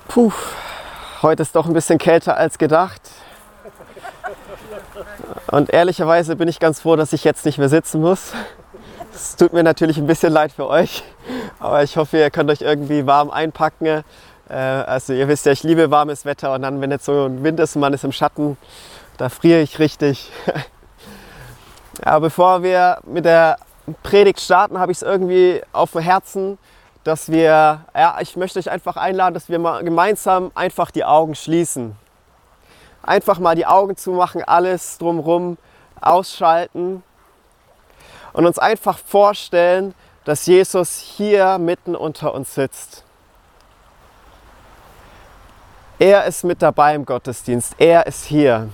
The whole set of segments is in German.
Puh, heute ist doch ein bisschen kälter als gedacht. Und ehrlicherweise bin ich ganz froh, dass ich jetzt nicht mehr sitzen muss. Es tut mir natürlich ein bisschen leid für euch, aber ich hoffe, ihr könnt euch irgendwie warm einpacken. Also ihr wisst ja, ich liebe warmes Wetter und dann, wenn jetzt so ein Wind ist und man ist im Schatten, da friere ich richtig. Ja, bevor wir mit der Predigt starten, habe ich es irgendwie auf dem Herzen, dass ich möchte euch einfach einladen, dass wir mal gemeinsam einfach die Augen schließen. Einfach mal die Augen zumachen, alles drumherum ausschalten und uns einfach vorstellen, dass Jesus hier mitten unter uns sitzt. Er ist mit dabei im Gottesdienst, er ist hier.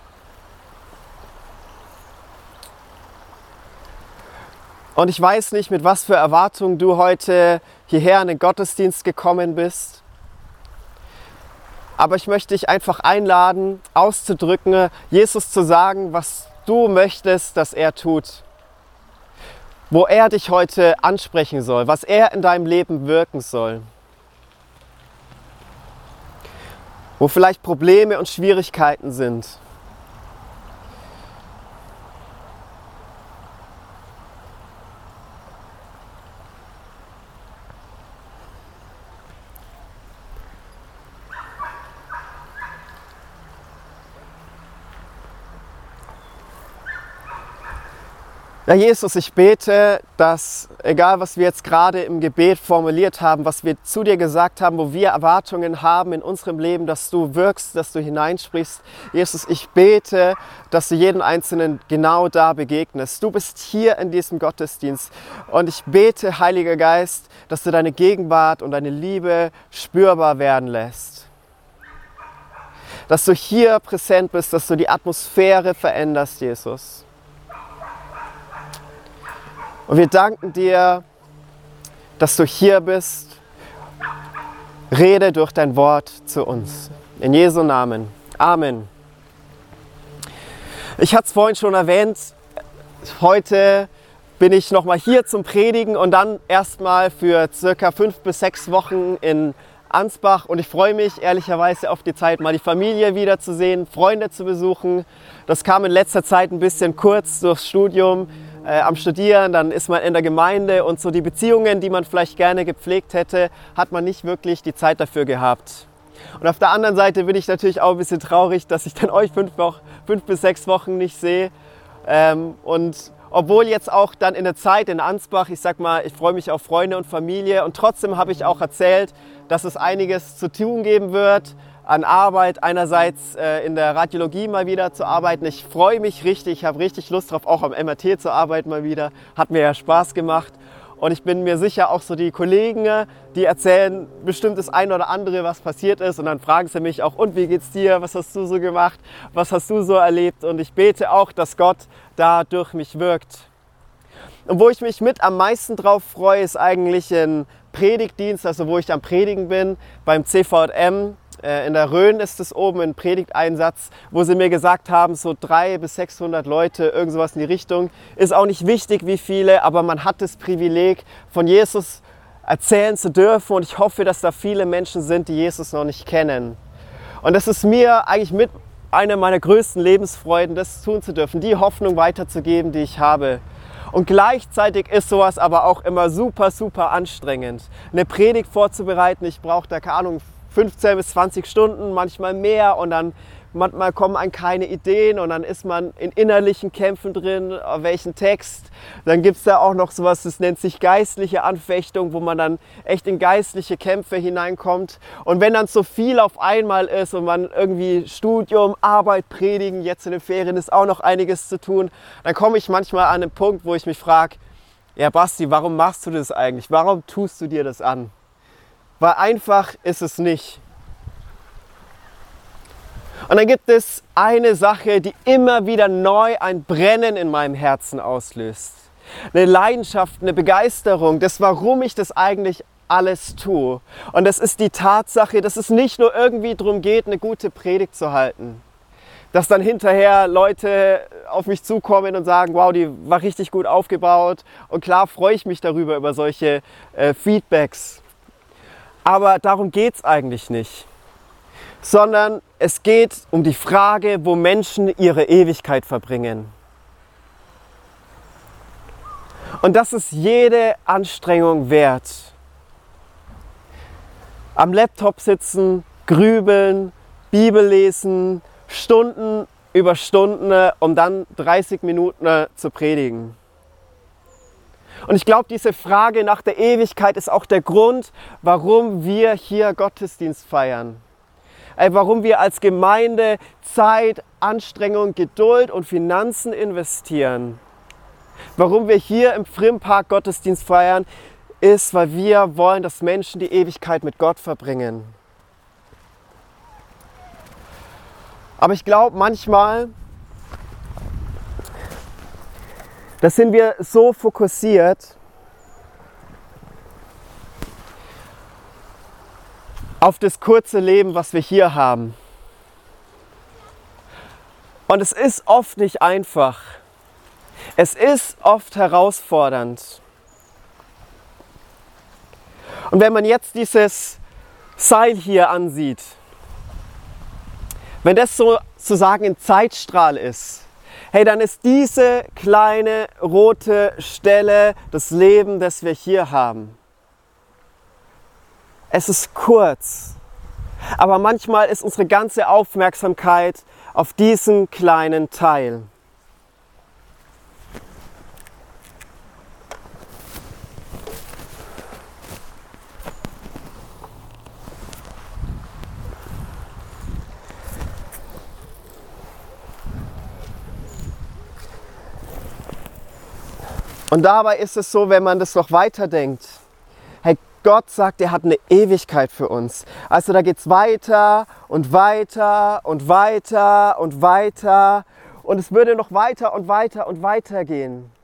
Und ich weiß nicht, mit was für Erwartungen du heute hierher in den Gottesdienst gekommen bist. Aber ich möchte dich einfach einladen, auszudrücken, Jesus zu sagen, was du möchtest, dass er tut. Wo er dich heute ansprechen soll, was er in deinem Leben wirken soll. Wo vielleicht Probleme und Schwierigkeiten sind. Ja, Jesus, ich bete, dass, egal was wir jetzt gerade im Gebet formuliert haben, was wir zu dir gesagt haben, wo wir Erwartungen haben in unserem Leben, dass du wirkst, dass du hineinsprichst. Jesus, ich bete, dass du jeden Einzelnen genau da begegnest. Du bist hier in diesem Gottesdienst und ich bete, Heiliger Geist, dass du deine Gegenwart und deine Liebe spürbar werden lässt. Dass du hier präsent bist, dass du die Atmosphäre veränderst, Jesus. Und wir danken dir, dass du hier bist. Rede durch dein Wort zu uns. In Jesu Namen. Amen. Ich hatte es vorhin schon erwähnt, heute bin ich nochmal hier zum Predigen und dann erstmal für circa 5 bis 6 Wochen in Ansbach. Und ich freue mich ehrlicherweise auf die Zeit, mal die Familie wiederzusehen, Freunde zu besuchen. Das kam in letzter Zeit ein bisschen kurz durchs Studium. Am Studieren, dann ist man in der Gemeinde und so die Beziehungen, die man vielleicht gerne gepflegt hätte, hat man nicht wirklich die Zeit dafür gehabt. Und auf der anderen Seite bin ich natürlich auch ein bisschen traurig, dass ich dann euch 5 bis 6 Wochen nicht sehe. Und obwohl jetzt auch dann in der Zeit in Ansbach, ich sag mal, ich freue mich auf Freunde und Familie und trotzdem habe ich auch erzählt, dass es einiges zu tun geben wird an Arbeit, einerseits in der Radiologie mal wieder zu arbeiten. Ich freue mich richtig, ich habe richtig Lust drauf, auch am MRT zu arbeiten mal wieder. Hat mir ja Spaß gemacht und ich bin mir sicher, auch so die Kollegen, die erzählen bestimmt das eine oder andere, was passiert ist und dann fragen sie mich auch, und wie geht's dir, was hast du so gemacht, was hast du so erlebt, und ich bete auch, dass Gott da durch mich wirkt. Und wo ich mich mit am meisten drauf freue, ist eigentlich ein Predigtdienst, also wo ich am Predigen bin, beim CVM. In der Rhön ist es oben ein Predigteinsatz, wo sie mir gesagt haben, so 300 bis 600 Leute, irgend sowas in die Richtung. Ist auch nicht wichtig, wie viele, aber man hat das Privileg, von Jesus erzählen zu dürfen. Und ich hoffe, dass da viele Menschen sind, die Jesus noch nicht kennen. Und das ist mir eigentlich mit einer meiner größten Lebensfreuden, das tun zu dürfen, die Hoffnung weiterzugeben, die ich habe. Und gleichzeitig ist sowas aber auch immer super, super anstrengend. Eine Predigt vorzubereiten, ich brauche da, keine Ahnung, 15 bis 20 Stunden, manchmal mehr, und dann manchmal kommen einem keine Ideen und dann ist man in innerlichen Kämpfen drin, auf welchen Text. Dann gibt es da auch noch sowas, das nennt sich geistliche Anfechtung, wo man dann echt in geistliche Kämpfe hineinkommt. Und wenn dann so viel auf einmal ist und man irgendwie Studium, Arbeit, Predigen, jetzt in den Ferien ist auch noch einiges zu tun, dann komme ich manchmal an einen Punkt, wo ich mich frage, ja Basti, warum machst du das eigentlich? Warum tust du dir das an? Weil einfach ist es nicht. Und dann gibt es eine Sache, die immer wieder neu ein Brennen in meinem Herzen auslöst. Eine Leidenschaft, eine Begeisterung, das warum ich das eigentlich alles tue. Und das ist die Tatsache, dass es nicht nur irgendwie darum geht, eine gute Predigt zu halten. Dass dann hinterher Leute auf mich zukommen und sagen, wow, die war richtig gut aufgebaut. Und klar freue ich mich darüber, über solche Feedbacks. Aber darum geht es eigentlich nicht, sondern es geht um die Frage, wo Menschen ihre Ewigkeit verbringen. Und das ist jede Anstrengung wert. Am Laptop sitzen, grübeln, Bibel lesen, Stunden über Stunden, um dann 30 Minuten zu predigen. Und ich glaube, diese Frage nach der Ewigkeit ist auch der Grund, warum wir hier Gottesdienst feiern. Warum wir als Gemeinde Zeit, Anstrengung, Geduld und Finanzen investieren. Warum wir hier im Frimpark Gottesdienst feiern, ist, weil wir wollen, dass Menschen die Ewigkeit mit Gott verbringen. Aber ich glaube, manchmal, da sind wir so fokussiert auf das kurze Leben, was wir hier haben. Und es ist oft nicht einfach. Es ist oft herausfordernd. Und wenn man jetzt dieses Seil hier ansieht, wenn das sozusagen ein Zeitstrahl ist, hey, dann ist diese kleine rote Stelle das Leben, das wir hier haben. Es ist kurz, aber manchmal ist unsere ganze Aufmerksamkeit auf diesen kleinen Teil. Und dabei ist es so, wenn man das noch weiterdenkt, hey, Gott sagt, er hat eine Ewigkeit für uns. Also da geht es weiter und weiter und weiter und weiter und es würde noch weiter und weiter und weiter gehen.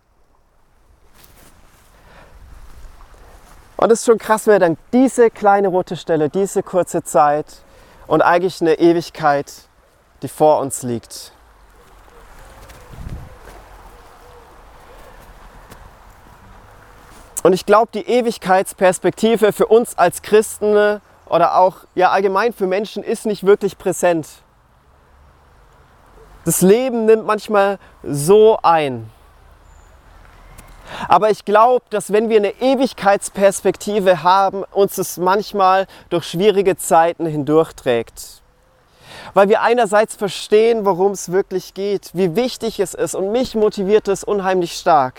Und es ist schon krass, wenn dann diese kleine rote Stelle, diese kurze Zeit und eigentlich eine Ewigkeit, die vor uns liegt. Und ich glaube, die Ewigkeitsperspektive für uns als Christen oder auch allgemein für Menschen ist nicht wirklich präsent. Das Leben nimmt manchmal so ein. Aber ich glaube, dass wenn wir eine Ewigkeitsperspektive haben, uns es manchmal durch schwierige Zeiten hindurchträgt. Weil wir einerseits verstehen, worum es wirklich geht, wie wichtig es ist und mich motiviert es unheimlich stark.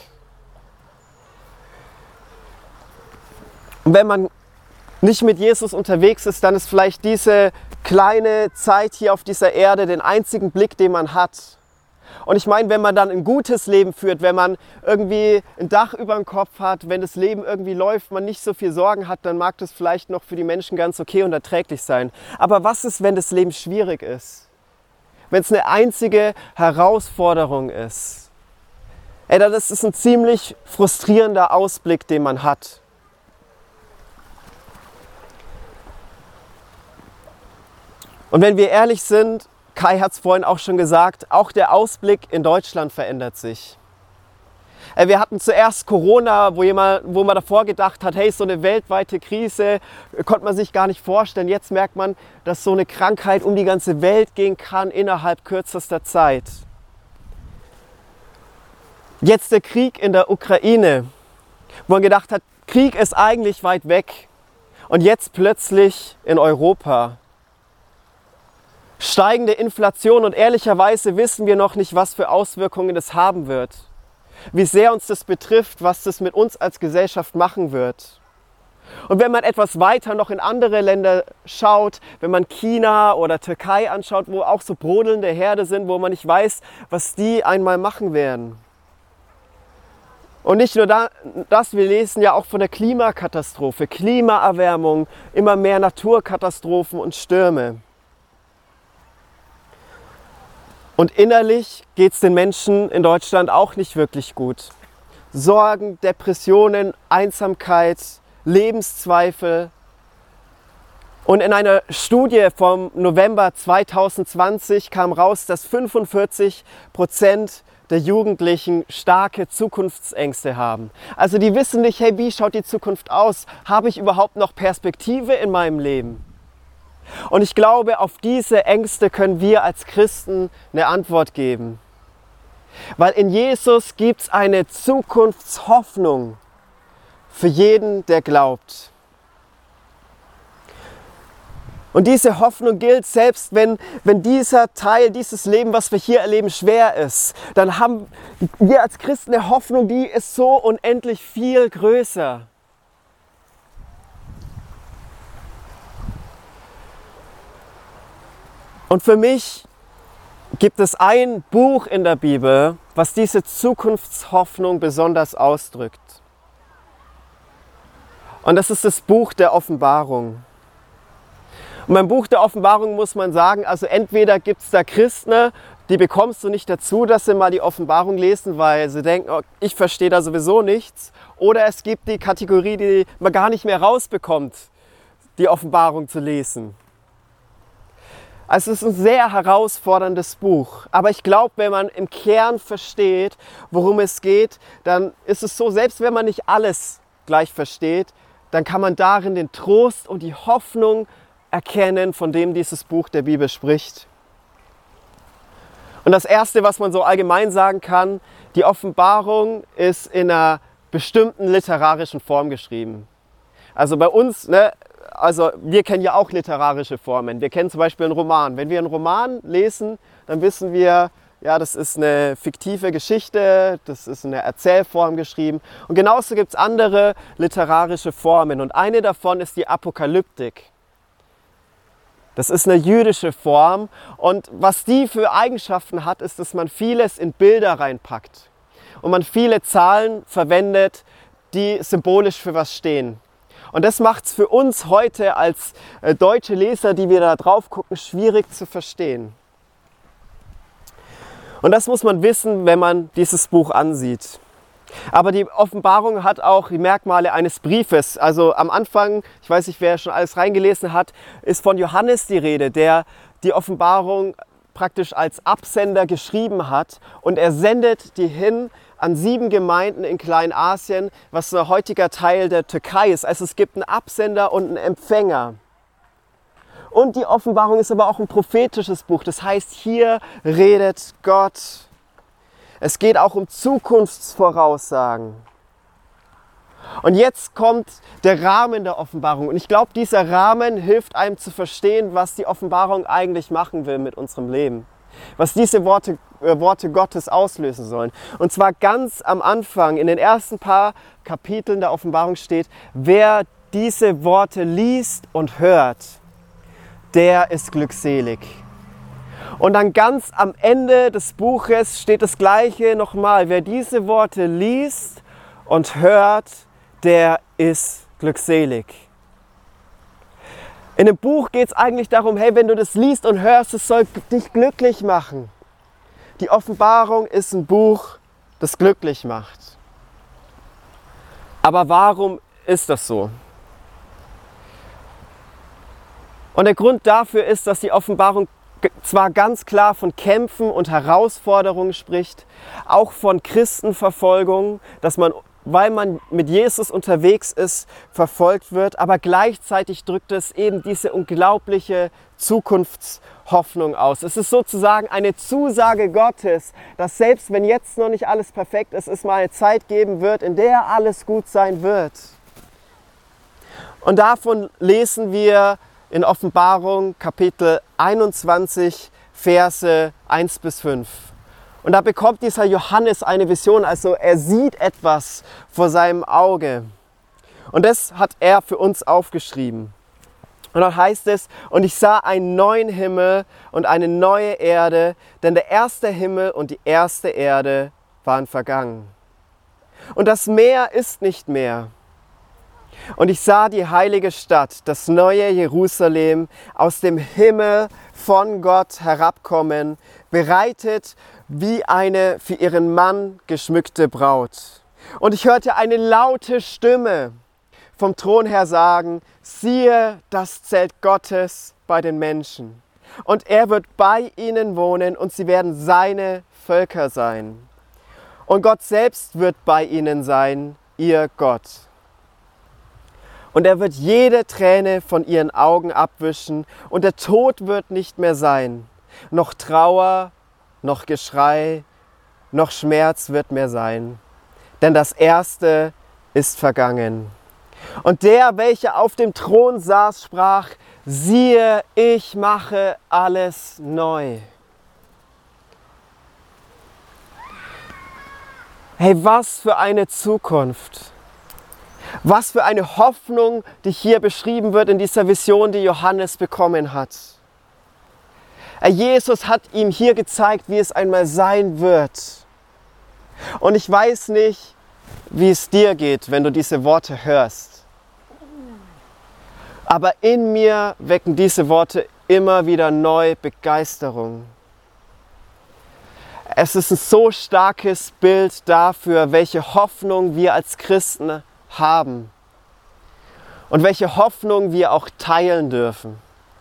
Und wenn man nicht mit Jesus unterwegs ist, dann ist vielleicht diese kleine Zeit hier auf dieser Erde den einzigen Blick, den man hat. Und ich meine, wenn man dann ein gutes Leben führt, wenn man irgendwie ein Dach über dem Kopf hat, wenn das Leben irgendwie läuft, man nicht so viel Sorgen hat, dann mag das vielleicht noch für die Menschen ganz okay und erträglich sein. Aber was ist, wenn das Leben schwierig ist? Wenn es eine einzige Herausforderung ist? Das ist ein ziemlich frustrierender Ausblick, den man hat. Und wenn wir ehrlich sind, Kai hat es vorhin auch schon gesagt, auch der Ausblick in Deutschland verändert sich. Wir hatten zuerst Corona, wo man davor gedacht hat, hey, so eine weltweite Krise konnte man sich gar nicht vorstellen. Jetzt merkt man, dass so eine Krankheit um die ganze Welt gehen kann innerhalb kürzester Zeit. Jetzt der Krieg in der Ukraine, wo man gedacht hat, Krieg ist eigentlich weit weg und jetzt plötzlich in Europa. Steigende Inflation und ehrlicherweise wissen wir noch nicht, was für Auswirkungen das haben wird. Wie sehr uns das betrifft, was das mit uns als Gesellschaft machen wird. Und wenn man etwas weiter noch in andere Länder schaut, wenn man China oder Türkei anschaut, wo auch so brodelnde Herde sind, wo man nicht weiß, was die einmal machen werden. Und nicht nur das, wir lesen ja auch von der Klimakatastrophe, Klimaerwärmung, immer mehr Naturkatastrophen und Stürme. Und innerlich geht es den Menschen in Deutschland auch nicht wirklich gut. Sorgen, Depressionen, Einsamkeit, Lebenszweifel. Und in einer Studie vom November 2020 kam raus, dass 45% der Jugendlichen starke Zukunftsängste haben. Also die wissen nicht, hey, wie schaut die Zukunft aus? Habe ich überhaupt noch Perspektive in meinem Leben? Und ich glaube, auf diese Ängste können wir als Christen eine Antwort geben. Weil in Jesus gibt es eine Zukunftshoffnung für jeden, der glaubt. Und diese Hoffnung gilt, selbst wenn dieser Teil, dieses Leben, was wir hier erleben, schwer ist, dann haben wir als Christen eine Hoffnung, die ist so unendlich viel größer. Und für mich gibt es ein Buch in der Bibel, was diese Zukunftshoffnung besonders ausdrückt. Und das ist das Buch der Offenbarung. Und beim Buch der Offenbarung muss man sagen, also entweder gibt es da Christen, die bekommst du nicht dazu, dass sie mal die Offenbarung lesen, weil sie denken, oh, ich verstehe da sowieso nichts. Oder es gibt die Kategorie, die man gar nicht mehr rausbekommt, die Offenbarung zu lesen. Also es ist ein sehr herausforderndes Buch. Aber ich glaube, wenn man im Kern versteht, worum es geht, dann ist es so, selbst wenn man nicht alles gleich versteht, dann kann man darin den Trost und die Hoffnung erkennen, von dem dieses Buch der Bibel spricht. Und das Erste, was man so allgemein sagen kann, die Offenbarung ist in einer bestimmten literarischen Form geschrieben. Also bei uns, also wir kennen ja auch literarische Formen. Wir kennen zum Beispiel einen Roman. Wenn wir einen Roman lesen, dann wissen wir, ja, das ist eine fiktive Geschichte, das ist in einer Erzählform geschrieben. Und genauso gibt es andere literarische Formen. Und eine davon ist die Apokalyptik. Das ist eine jüdische Form und was die für Eigenschaften hat, ist, dass man vieles in Bilder reinpackt und man viele Zahlen verwendet, die symbolisch für was stehen. Und das macht es für uns heute als deutsche Leser, die wir da drauf gucken, schwierig zu verstehen. Und das muss man wissen, wenn man dieses Buch ansieht. Aber die Offenbarung hat auch die Merkmale eines Briefes. Also am Anfang, ich weiß nicht, wer schon alles reingelesen hat, ist von Johannes die Rede, der die Offenbarung praktisch als Absender geschrieben hat. Und er sendet die hin an 7 Gemeinden in Kleinasien, was ein heutiger Teil der Türkei ist. Also es gibt einen Absender und einen Empfänger. Und die Offenbarung ist aber auch ein prophetisches Buch. Das heißt, hier redet Gott. Es geht auch um Zukunftsvoraussagen. Und jetzt kommt der Rahmen der Offenbarung. Und ich glaube, dieser Rahmen hilft einem zu verstehen, was die Offenbarung eigentlich machen will mit unserem Leben. Was diese Worte Gottes auslösen sollen. Und zwar ganz am Anfang, in den ersten paar Kapiteln der Offenbarung steht, wer diese Worte liest und hört, der ist glückselig. Und dann ganz am Ende des Buches steht das Gleiche nochmal. Wer diese Worte liest und hört, der ist glückselig. In dem Buch geht es eigentlich darum, hey, wenn du das liest und hörst, es soll dich glücklich machen. Die Offenbarung ist ein Buch, das glücklich macht. Aber warum ist das so? Und der Grund dafür ist, dass die Offenbarung zwar ganz klar von Kämpfen und Herausforderungen spricht, auch von Christenverfolgung, dass man, weil man mit Jesus unterwegs ist, verfolgt wird, aber gleichzeitig drückt es eben diese unglaubliche Zukunftshoffnung aus. Es ist sozusagen eine Zusage Gottes, dass selbst wenn jetzt noch nicht alles perfekt ist, es mal eine Zeit geben wird, in der alles gut sein wird. Und davon lesen wir in Offenbarung Kapitel 21, Verse 1 bis 5. Und da bekommt dieser Johannes eine Vision, also er sieht etwas vor seinem Auge. Und das hat er für uns aufgeschrieben. Und dann heißt es, und ich sah einen neuen Himmel und eine neue Erde, denn der erste Himmel und die erste Erde waren vergangen. Und das Meer ist nicht mehr. Und ich sah die heilige Stadt, das neue Jerusalem, aus dem Himmel von Gott herabkommen, bereitet wie eine für ihren Mann geschmückte Braut. Und ich hörte eine laute Stimme vom Thron her sagen, siehe das Zelt Gottes bei den Menschen. Und er wird bei ihnen wohnen und sie werden seine Völker sein. Und Gott selbst wird bei ihnen sein, ihr Gott. Und er wird jede Träne von ihren Augen abwischen und der Tod wird nicht mehr sein. Noch Trauer, noch Geschrei, noch Schmerz wird mehr sein. Denn das Erste ist vergangen. Und der, welcher auf dem Thron saß, sprach: Siehe, ich mache alles neu. Hey, was für eine Zukunft. Was für eine Hoffnung, die hier beschrieben wird in dieser Vision, die Johannes bekommen hat. Jesus hat ihm hier gezeigt, wie es einmal sein wird. Und ich weiß nicht, wie es dir geht, wenn du diese Worte hörst. Aber in mir wecken diese Worte immer wieder neu Begeisterung. Es ist ein so starkes Bild dafür, welche Hoffnung wir als Christen haben und welche Hoffnung wir auch teilen dürfen.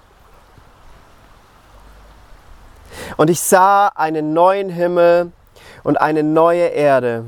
Und ich sah einen neuen Himmel und eine neue Erde.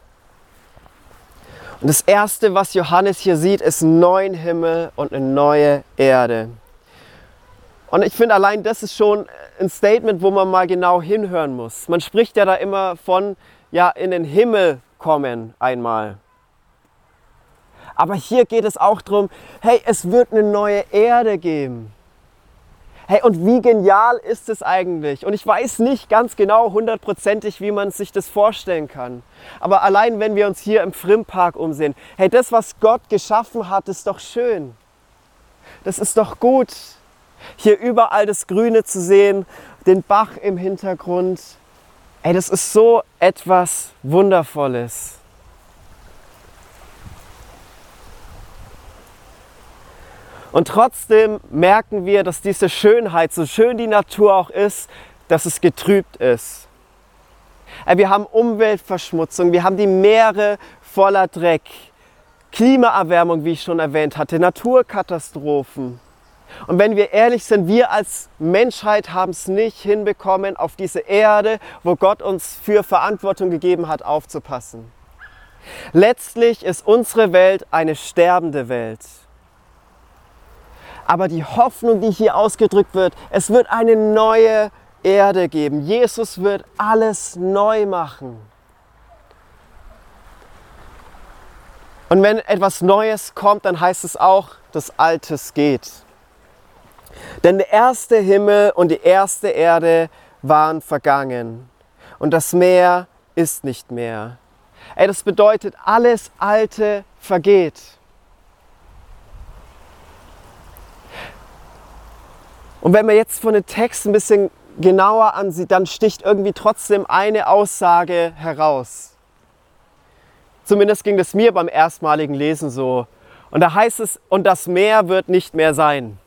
Und das Erste, was Johannes hier sieht, ist einen neuen Himmel und eine neue Erde. Und ich finde, allein das ist schon ein Statement, wo man mal genau hinhören muss. Man spricht ja da immer von, ja, in den Himmel kommen einmal. Aber hier geht es auch darum, hey, es wird eine neue Erde geben. Hey, und wie genial ist es eigentlich? Und ich weiß nicht ganz genau, hundertprozentig, wie man sich das vorstellen kann. Aber allein, wenn wir uns hier im Frimm-Park umsehen, hey, das, was Gott geschaffen hat, ist doch schön. Das ist doch gut. Hier überall das Grüne zu sehen, den Bach im Hintergrund. Ey, das ist so etwas Wundervolles. Und trotzdem merken wir, dass diese Schönheit, so schön die Natur auch ist, dass es getrübt ist. Wir haben Umweltverschmutzung, wir haben die Meere voller Dreck, Klimaerwärmung, wie ich schon erwähnt hatte, Naturkatastrophen. Und wenn wir ehrlich sind, wir als Menschheit haben es nicht hinbekommen, auf diese Erde, wo Gott uns für Verantwortung gegeben hat, aufzupassen. Letztlich ist unsere Welt eine sterbende Welt. Aber die Hoffnung, die hier ausgedrückt wird, es wird eine neue Erde geben. Jesus wird alles neu machen. Und wenn etwas Neues kommt, dann heißt es auch, dass Altes geht. Denn der erste Himmel und die erste Erde waren vergangen. Und das Meer ist nicht mehr. Das bedeutet, alles Alte vergeht. Und wenn man jetzt von den Text ein bisschen genauer ansieht, dann sticht irgendwie trotzdem eine Aussage heraus. Zumindest ging das mir beim erstmaligen Lesen so. Und da heißt es, und das Meer wird nicht mehr sein.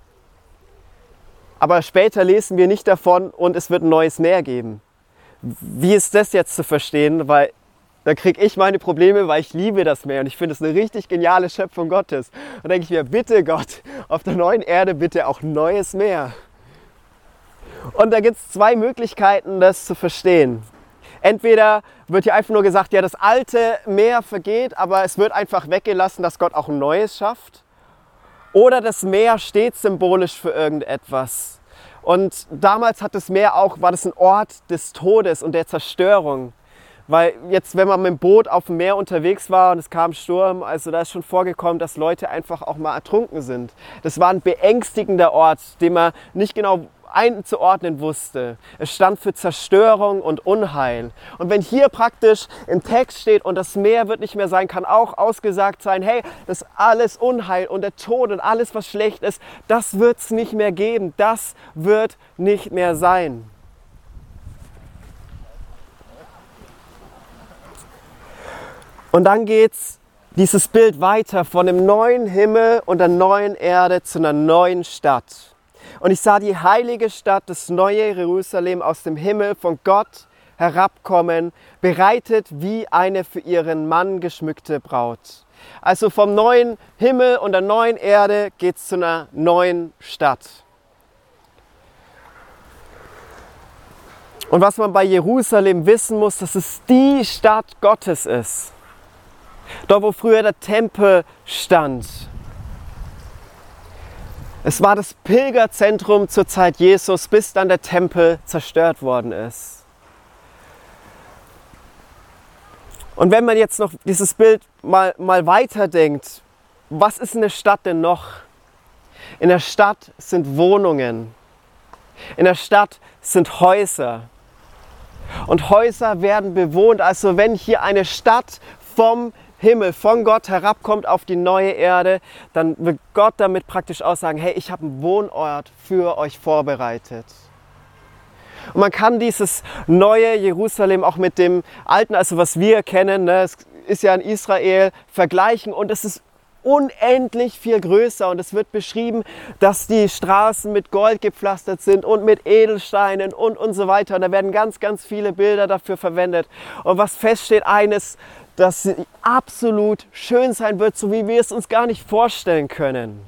Aber später lesen wir nicht davon, und es wird ein neues Meer geben. Wie ist das jetzt zu verstehen? Weil da kriege ich meine Probleme, weil ich liebe das Meer und ich finde es eine richtig geniale Schöpfung Gottes. Und denke ich mir, bitte Gott, auf der neuen Erde bitte auch ein neues Meer. Und da gibt es zwei Möglichkeiten, das zu verstehen. Entweder wird hier einfach nur gesagt, ja, das alte Meer vergeht, aber es wird einfach weggelassen, dass Gott auch ein neues schafft. Oder das Meer steht symbolisch für irgendetwas. Und damals hat das Meer auch, war das ein Ort des Todes und der Zerstörung. Weil jetzt, wenn man mit dem Boot auf dem Meer unterwegs war und es kam Sturm, also da ist schon vorgekommen, dass Leute einfach auch mal ertrunken sind. Das war ein beängstigender Ort, den man nicht genau einzuordnen wusste. Es stand für Zerstörung und Unheil. Und wenn hier praktisch im Text steht, und das Meer wird nicht mehr sein, kann auch ausgesagt sein, hey, das alles Unheil und der Tod und alles, was schlecht ist, das wird es nicht mehr geben. Das wird nicht mehr sein. Und dann geht dieses Bild weiter von dem neuen Himmel und der neuen Erde zu einer neuen Stadt. Und ich sah die heilige Stadt, das neue Jerusalem, aus dem Himmel von Gott herabkommen, bereitet wie eine für ihren Mann geschmückte Braut. Also vom neuen Himmel und der neuen Erde geht es zu einer neuen Stadt. Und was man bei Jerusalem wissen muss, dass es die Stadt Gottes ist. Dort, wo früher der Tempel stand. Es war das Pilgerzentrum zur Zeit Jesus, bis dann der Tempel zerstört worden ist. Und wenn man jetzt noch dieses Bild mal weiterdenkt, was ist in der Stadt denn noch? In der Stadt sind Wohnungen. In der Stadt sind Häuser. Und Häuser werden bewohnt. Also wenn hier eine Stadt vom Himmel, von Gott herabkommt auf die neue Erde, dann wird Gott damit praktisch aussagen, hey, ich habe einen Wohnort für euch vorbereitet. Und man kann dieses neue Jerusalem auch mit dem alten, also was wir kennen, ne, es ist ja in Israel, vergleichen und es ist unendlich viel größer und es wird beschrieben, dass die Straßen mit Gold gepflastert sind und mit Edelsteinen und so weiter. Und da werden ganz, ganz viele Bilder dafür verwendet. Und was feststeht, eines, dass sie absolut schön sein wird, so wie wir es uns gar nicht vorstellen können.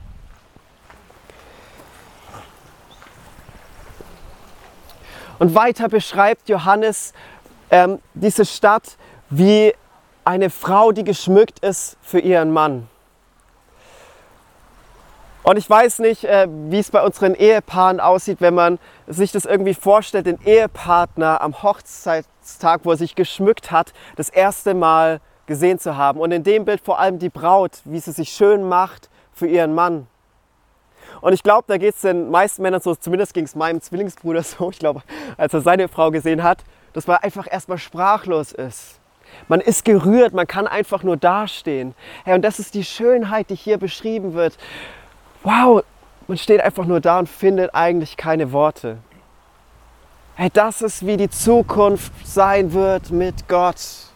Und weiter beschreibt Johannes diese Stadt wie eine Frau, die geschmückt ist für ihren Mann. Und ich weiß nicht, wie es bei unseren Ehepaaren aussieht, wenn man sich das irgendwie vorstellt, den Ehepartner am Hochzeitstag, wo er sich geschmückt hat, das erste Mal gesehen zu haben. Und in dem Bild vor allem die Braut, wie sie sich schön macht für ihren Mann. Und ich glaube, da geht es den meisten Männern so, zumindest ging es meinem Zwillingsbruder so, ich glaube, als er seine Frau gesehen hat, dass man einfach erstmal sprachlos ist. Man ist gerührt, man kann einfach nur dastehen. Hey, und das ist die Schönheit, die hier beschrieben wird. Wow, man steht einfach nur da und findet eigentlich keine Worte. Hey, das ist, wie die Zukunft sein wird mit Gott.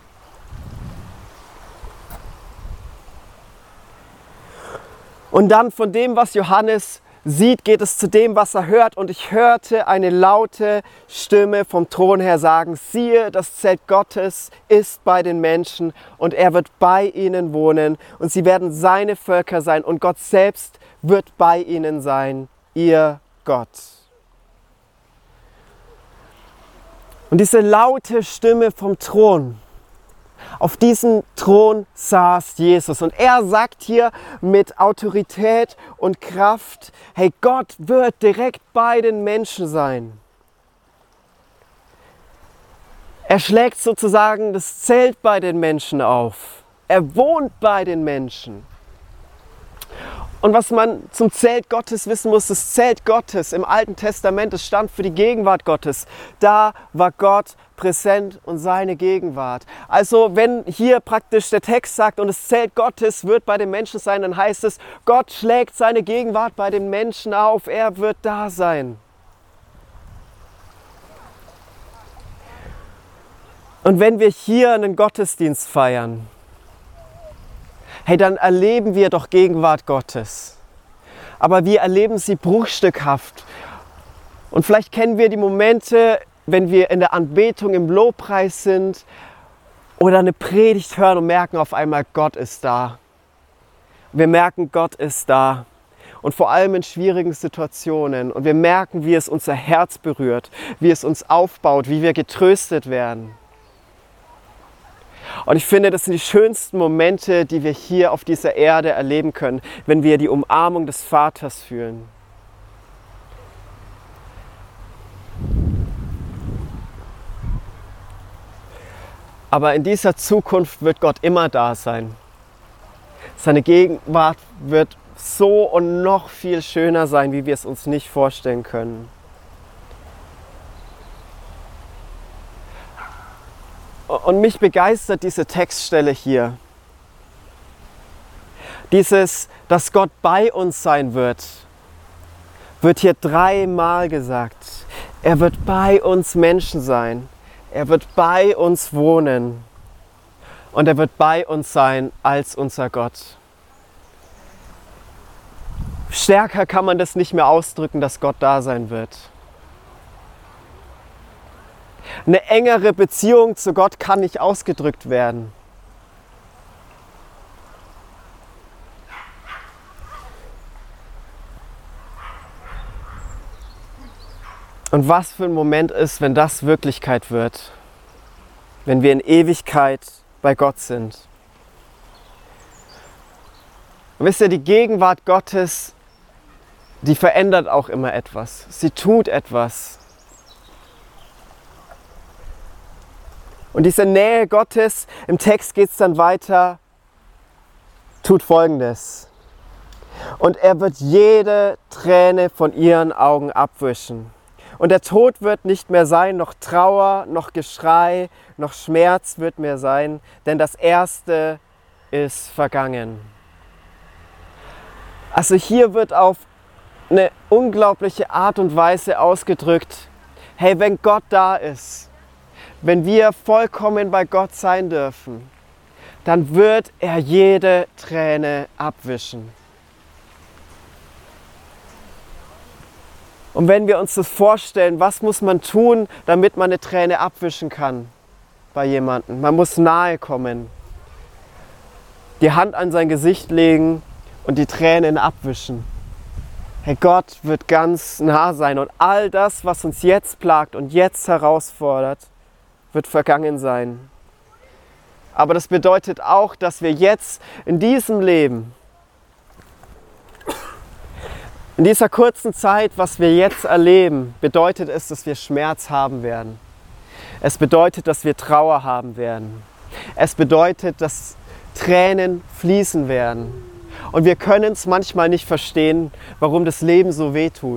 Und dann von dem, was Johannes sieht, geht es zu dem, was er hört. Und ich hörte eine laute Stimme vom Thron her sagen, siehe, das Zelt Gottes ist bei den Menschen und er wird bei ihnen wohnen und sie werden seine Völker sein und Gott selbst wird bei ihnen sein, ihr Gott. Und diese laute Stimme vom Thron, auf diesem Thron saß Jesus und er sagt hier mit Autorität und Kraft, hey, Gott wird direkt bei den Menschen sein. Er schlägt sozusagen das Zelt bei den Menschen auf. Er wohnt bei den Menschen. Und was man zum Zelt Gottes wissen muss, das Zelt Gottes im Alten Testament, das stand für die Gegenwart Gottes. Da war Gott präsent und seine Gegenwart. Also wenn hier praktisch der Text sagt, und das Zelt Gottes wird bei den Menschen sein, dann heißt es, Gott schlägt seine Gegenwart bei den Menschen auf, er wird da sein. Und wenn wir hier einen Gottesdienst feiern, hey, dann erleben wir doch Gegenwart Gottes. Aber wir erleben sie bruchstückhaft. Und vielleicht kennen wir die Momente, wenn wir in der Anbetung, im Lobpreis sind oder eine Predigt hören und merken auf einmal, Gott ist da. Wir merken, Gott ist da. Und vor allem in schwierigen Situationen. Und wir merken, wie es unser Herz berührt, wie es uns aufbaut, wie wir getröstet werden. Und ich finde, das sind die schönsten Momente, die wir hier auf dieser Erde erleben können, wenn wir die Umarmung des Vaters fühlen. Aber in dieser Zukunft wird Gott immer da sein. Seine Gegenwart wird so und noch viel schöner sein, wie wir es uns nicht vorstellen können. Und mich begeistert diese Textstelle hier. Dieses, dass Gott bei uns sein wird hier 3-mal gesagt. Er wird bei uns Menschen sein. Er wird bei uns wohnen. Und er wird bei uns sein als unser Gott. Stärker kann man das nicht mehr ausdrücken, dass Gott da sein wird. Eine engere Beziehung zu Gott kann nicht ausgedrückt werden. Und was für ein Moment ist, wenn das Wirklichkeit wird, wenn wir in Ewigkeit bei Gott sind. Und wisst ihr, die Gegenwart Gottes, die verändert auch immer etwas. Sie tut etwas. Und diese Nähe Gottes, im Text geht es dann weiter, tut Folgendes. Und er wird jede Träne von ihren Augen abwischen. Und der Tod wird nicht mehr sein, noch Trauer, noch Geschrei, noch Schmerz wird mehr sein, denn das Erste ist vergangen. Also hier wird auf eine unglaubliche Art und Weise ausgedrückt, hey, wenn Gott da ist, wenn wir vollkommen bei Gott sein dürfen, dann wird er jede Träne abwischen. Und wenn wir uns das vorstellen, was muss man tun, damit man eine Träne abwischen kann bei jemandem? Man muss nahe kommen, die Hand an sein Gesicht legen und die Tränen abwischen. Hey, Gott wird ganz nah sein und all das, was uns jetzt plagt und jetzt herausfordert, wird vergangen sein. Aber das bedeutet auch, dass wir jetzt in diesem Leben, in dieser kurzen Zeit, was wir jetzt erleben, bedeutet es, dass wir Schmerz haben werden. Es bedeutet, dass wir Trauer haben werden. Es bedeutet, dass Tränen fließen werden. Und wir können es manchmal nicht verstehen, warum das Leben so weh tut.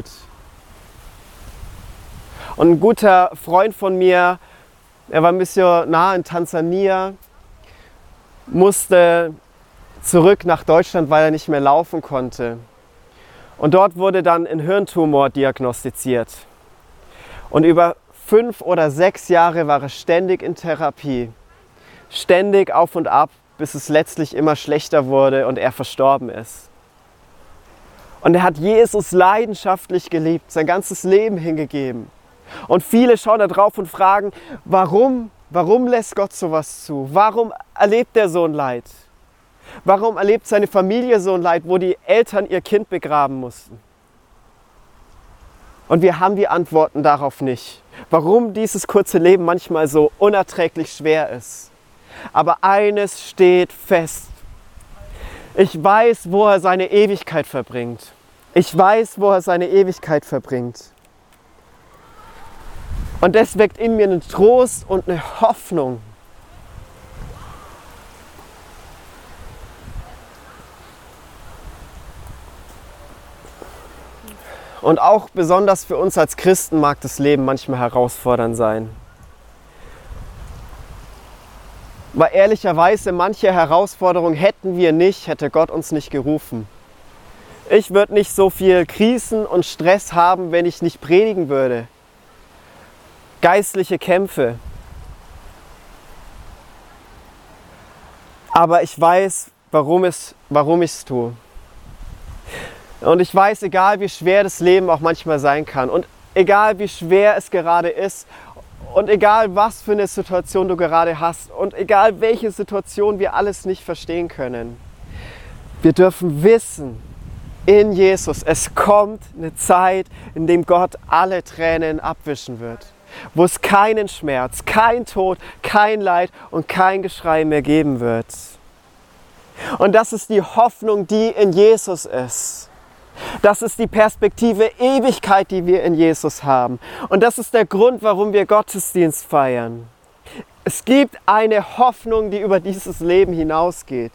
Und ein guter Freund von mir, er war Missionar in Tansania, musste zurück nach Deutschland, weil er nicht mehr laufen konnte. Und dort wurde dann ein Hirntumor diagnostiziert. Und über 5 oder 6 Jahre war er ständig in Therapie. Ständig auf und ab, bis es letztlich immer schlechter wurde und er verstorben ist. Und er hat Jesus leidenschaftlich geliebt, sein ganzes Leben hingegeben. Und viele schauen da drauf und fragen, warum lässt Gott sowas zu? Warum erlebt er so ein Leid? Warum erlebt seine Familie so ein Leid, wo die Eltern ihr Kind begraben mussten? Und wir haben die Antworten darauf nicht. Warum dieses kurze Leben manchmal so unerträglich schwer ist. Aber eines steht fest. Ich weiß, wo er seine Ewigkeit verbringt. Ich weiß, wo er seine Ewigkeit verbringt. Und das weckt in mir einen Trost und eine Hoffnung. Und auch besonders für uns als Christen mag das Leben manchmal herausfordernd sein. Weil ehrlicherweise manche Herausforderungen hätten wir nicht, hätte Gott uns nicht gerufen. Ich würde nicht so viel Krisen und Stress haben, wenn ich nicht predigen würde. Geistliche Kämpfe. Aber ich weiß, warum ich es tue. Und ich weiß, egal wie schwer das Leben auch manchmal sein kann und egal wie schwer es gerade ist und egal was für eine Situation du gerade hast und egal welche Situation wir alles nicht verstehen können, wir dürfen wissen, in Jesus, es kommt eine Zeit, in der Gott alle Tränen abwischen wird, wo es keinen Schmerz, kein Tod, kein Leid und kein Geschrei mehr geben wird. Und das ist die Hoffnung, die in Jesus ist. Das ist die Perspektive Ewigkeit, die wir in Jesus haben. Und das ist der Grund, warum wir Gottesdienst feiern. Es gibt eine Hoffnung, die über dieses Leben hinausgeht.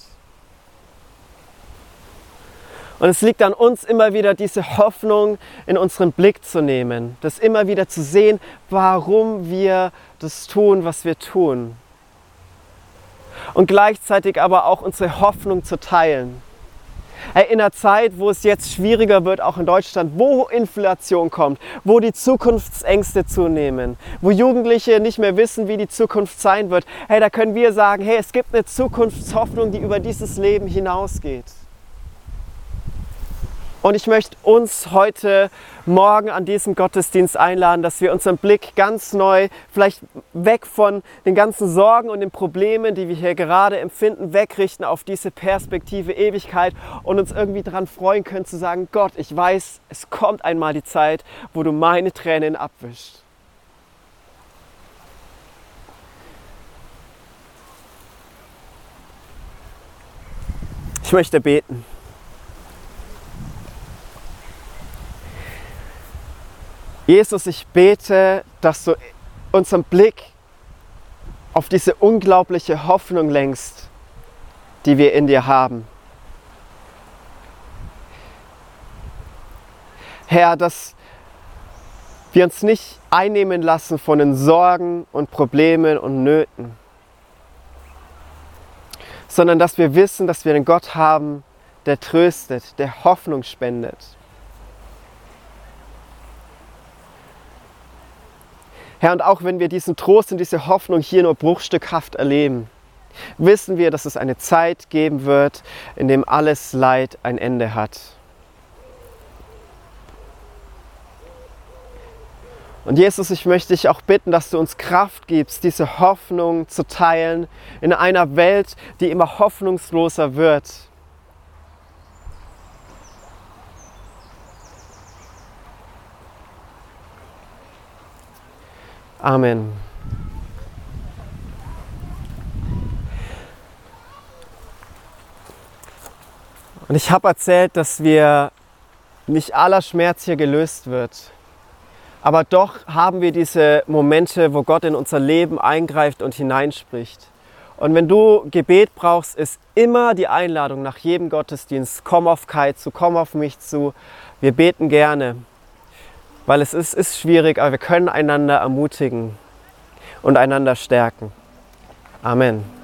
Und es liegt an uns, immer wieder diese Hoffnung in unseren Blick zu nehmen. Das immer wieder zu sehen, warum wir das tun, was wir tun. Und gleichzeitig aber auch unsere Hoffnung zu teilen. In einer Zeit, wo es jetzt schwieriger wird, auch in Deutschland, wo Inflation kommt, wo die Zukunftsängste zunehmen, wo Jugendliche nicht mehr wissen, wie die Zukunft sein wird, da können wir sagen, es gibt eine Zukunftshoffnung, die über dieses Leben hinausgeht. Und ich möchte uns heute Morgen an diesem Gottesdienst einladen, dass wir unseren Blick ganz neu, vielleicht weg von den ganzen Sorgen und den Problemen, die wir hier gerade empfinden, wegrichten auf diese Perspektive Ewigkeit und uns irgendwie daran freuen können zu sagen, Gott, ich weiß, es kommt einmal die Zeit, wo du meine Tränen abwischst. Ich möchte beten. Jesus, ich bete, dass du unseren Blick auf diese unglaubliche Hoffnung lenkst, die wir in dir haben. Herr, dass wir uns nicht einnehmen lassen von den Sorgen und Problemen und Nöten, sondern dass wir wissen, dass wir einen Gott haben, der tröstet, der Hoffnung spendet. Herr, und auch wenn wir diesen Trost und diese Hoffnung hier nur bruchstückhaft erleben, wissen wir, dass es eine Zeit geben wird, in dem alles Leid ein Ende hat. Und Jesus, ich möchte dich auch bitten, dass du uns Kraft gibst, diese Hoffnung zu teilen in einer Welt, die immer hoffnungsloser wird. Amen. Und ich habe erzählt, dass nicht aller Schmerz hier gelöst wird. Aber doch haben wir diese Momente, wo Gott in unser Leben eingreift und hineinspricht. Und wenn du Gebet brauchst, ist immer die Einladung nach jedem Gottesdienst, komm auf Kai zu, komm auf mich zu. Wir beten gerne. Weil es ist schwierig, aber wir können einander ermutigen und einander stärken. Amen.